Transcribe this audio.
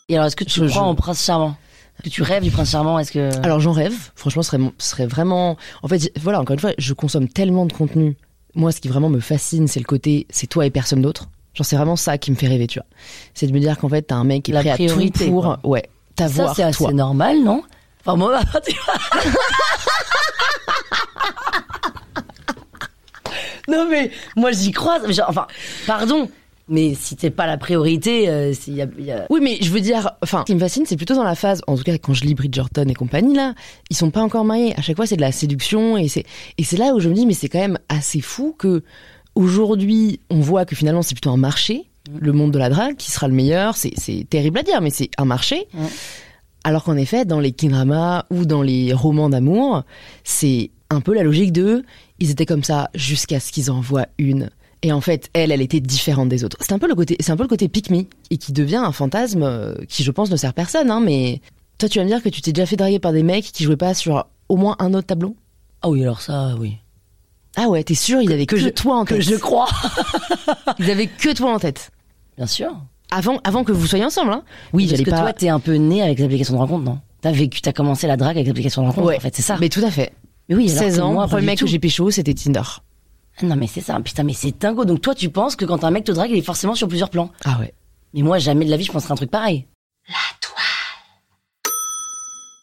Et alors, est-ce que tu crois en Prince Charmant? Est-ce que tu rêves du Prince Charmant? Est-ce que... Alors j'en rêve, franchement ce serait vraiment... En fait, voilà, encore une fois, je consomme tellement de contenu. Moi, ce qui vraiment me fascine, c'est le côté, c'est toi et personne d'autre. Genre, c'est vraiment ça qui me fait rêver, tu vois. C'est de me dire qu'en fait, t'as un mec qui est prêt à tout pour, quoi. Ouais, t'avoir ça, c'est toi. assez normal, non? Enfin, moi, tu vois. Non, mais moi, j'y crois. Enfin, pardon. Mais si t'es pas la priorité, y a... Oui, mais je veux dire, enfin, ce qui me fascine, c'est plutôt dans la phase, en tout cas, quand je lis Bridgerton et compagnie, là, ils sont pas encore mariés. À chaque fois, c'est de la séduction, et c'est là où je me dis, mais c'est quand même assez fou que, aujourd'hui, on voit que finalement, c'est plutôt un marché, le monde de la drague, qui sera le meilleur. C'est terrible à dire, mais c'est un marché. Alors qu'en effet, dans les K-dramas ou dans les romans d'amour, c'est un peu la logique de, ils étaient comme ça jusqu'à ce qu'ils en voient une. Et en fait, elle était différente des autres. C'est un peu le côté pick me, et qui devient un fantasme qui, je pense, ne sert personne, hein, mais toi, tu vas me dire que tu t'es déjà fait draguer par des mecs qui jouaient pas sur au moins un autre tableau? Ah oui, alors ça, oui. Ah ouais, t'es sûr, ils avaient que toi en tête? Que je crois. Ils avaient que toi en tête. Bien sûr. Avant que vous soyez ensemble, hein? Oui, parce que toi, t'es un peu né avec les applications de rencontre, non? T'as commencé la drague avec les applications de rencontre, ouais. En fait, c'est ça. Mais tout à fait. Mais oui, 16 ans, le premier mec que j'ai pécho, c'était Tinder. Non, mais c'est ça. Putain, mais c'est dingo. Donc toi, tu penses que quand un mec te drague, il est forcément sur plusieurs plans? Ah ouais. Mais moi, jamais de la vie, je penserais un truc pareil.